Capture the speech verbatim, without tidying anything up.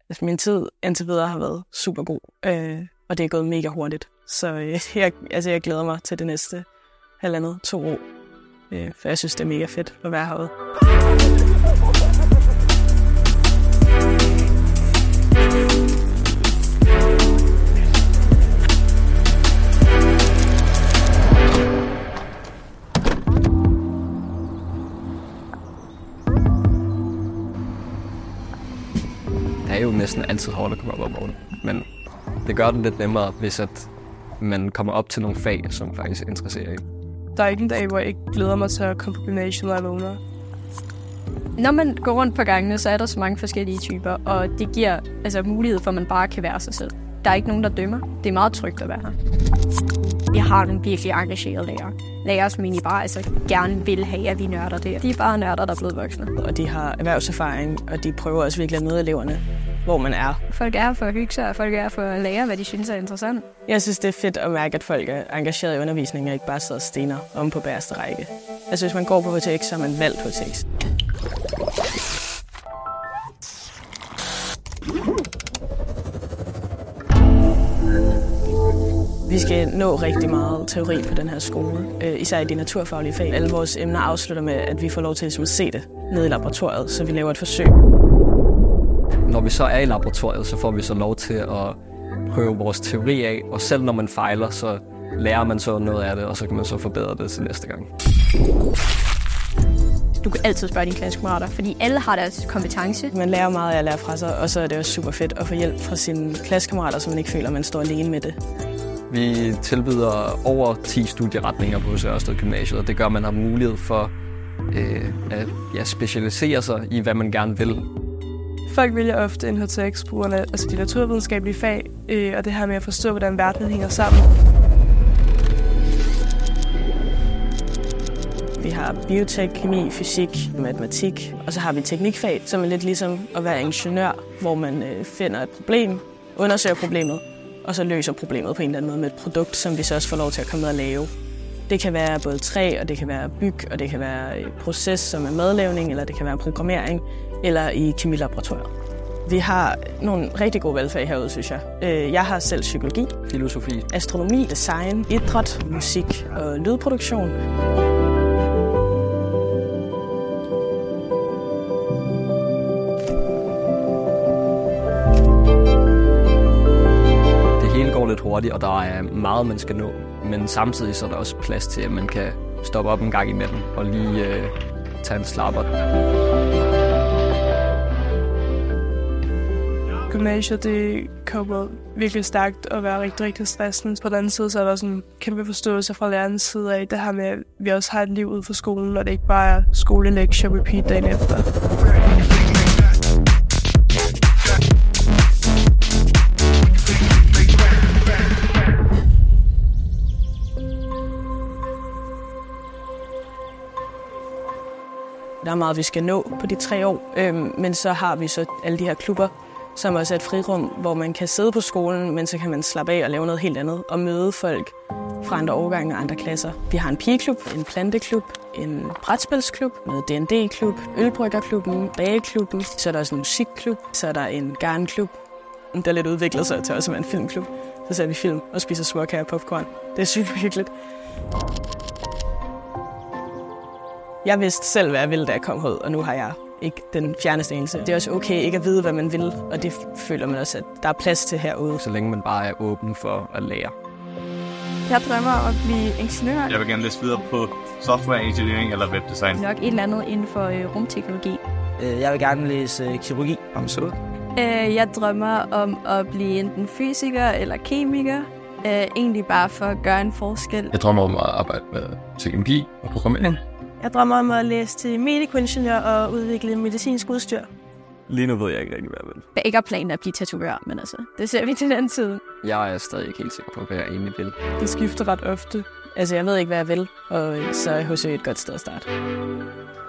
Altså, min tid indtil videre har været super god, øh, og det er gået mega hurtigt. Så øh, jeg, altså, jeg glæder mig til det næste halvandet, to år, øh, for jeg synes, det er mega fedt at være herude. Det er jo næsten altid hårdt at komme op om morgenen, men det gør det lidt nemmere, hvis at man kommer op til nogle fag, som faktisk interesserer en. Der er ikke en dag, hvor jeg ikke glæder mig til at komme på gymnasiet, når jeg vågner. Når man går rundt på gangene, så er der så mange forskellige typer, og det giver altså mulighed for, at man bare kan være sig selv. Der er ikke nogen, der dømmer. Det er meget trygt at være her. Vi har nogle virkelig engagerede lærere. Lærere, som egentlig bare altså, gerne vil have, at vi nørder det. De er bare nørder, der er blevet voksne. Og de har erhvervserfaring, og de prøver også virkelig at møde eleverne, hvor man er. Folk er for at hygge sig, og folk er for at lære, hvad de synes er interessant. Jeg synes, det er fedt at mærke, at folk er engageret i undervisningen, og ikke bare sidder og stener om på bagerste række. Altså, hvis man går på H T X, så er man valgt H T X. Vi skal nå rigtig meget teori på den her skole, især i de naturfaglige fag. Alle vores emner afslutter med, at vi får lov til at se det nede i laboratoriet, så vi laver et forsøg. Når vi så er i laboratoriet, så får vi så lov til at prøve vores teori af, og selv når man fejler, så lærer man så noget af det, og så kan man så forbedre det til næste gang. Du kan altid spørge dine klassekammerater, fordi alle har deres kompetence. Man lærer meget af at lære fra sig, og så er det også super fedt at få hjælp fra sine klassekammerater, så man ikke føler, at man står alene med det. Vi tilbyder over ti studieretninger på H C Ørsted Gymnasiet, og det gør, at man har mulighed for øh, at ja, specialisere sig i, hvad man gerne vil. Folk vælger ofte en H T X på grund af altså de naturvidenskabelige fag, øh, og det her med at forstå, hvordan verden hænger sammen. Vi har biotek, kemi, fysik, matematik, og så har vi teknikfag, som er lidt ligesom at være ingeniør, hvor man øh, finder et problem, undersøger problemet, og så løser problemet på en eller anden måde med et produkt, som vi så også får lov til at komme med at lave. Det kan være både træ, og det kan være byg, og det kan være proces, som er madlavning, eller det kan være programmering, eller i kemilaboratoriet. Vi har nogle rigtig gode valgfag herude, synes jeg. Jeg har selv psykologi, filosofi, astronomi, design, idræt, musik og lydproduktion. Lidt hurtigt, og der er meget, man skal nå. Men samtidig så er der også plads til, at man kan stoppe op en gang imellem og lige øh, tage en slapper. Gymnasiet, det kommer virkelig stærkt at være rigtig, rigtig stressende. På den anden side, så er der også en kæmpe forståelse fra lærernes side af det her med, at vi også har et liv ude for skolen, og det ikke bare er skolelektier repeat dagen efter. Der er meget, vi skal nå på de tre år, øhm, men så har vi så alle de her klubber, som også er et frirum, hvor man kan sidde på skolen, men så kan man slappe af og lave noget helt andet og møde folk fra andre årgange og andre klasser. Vi har en pigeklub, en planteklub, en brætspilsklub, noget D and D-klub, ølbryggerklubben, bageklubben, så er der også en musikklub, så er der en garnklub. Der er lidt udviklet sig til også at være en filmklub. Så ser vi film og spiser småkager og popcorn. Det er super hyggeligt. Jeg vidste selv, hvad jeg ville, da jeg kom herud, og nu har jeg ikke den fjerneste enelse. Det er også okay ikke at vide, hvad man vil, og det føler man også, at der er plads til herude. Så længe man bare er åben for at lære. Jeg drømmer om at blive ingeniør. Jeg vil gerne læse videre på software engineering eller webdesign. Nok et eller andet inden for øh, rumteknologi. Jeg vil gerne læse øh, kirurgi. Absolut. Øh, jeg drømmer om at blive enten fysiker eller kemiker. Øh, egentlig bare for at gøre en forskel. Jeg drømmer om at arbejde med teknologi og programmering. Jeg drømmer om at læse til medicoingeniør og udvikle medicinsk udstyr. Lige nu ved jeg ikke rigtig, hvad jeg vil. Jeg ikke har planen at blive tatovør, men altså, det ser vi til den tid. Jeg er stadig ikke helt sikker på, hvad jeg egentlig vil. Det skifter ret ofte. Altså, jeg ved ikke, hvad jeg vil, og så er H C et godt sted at starte.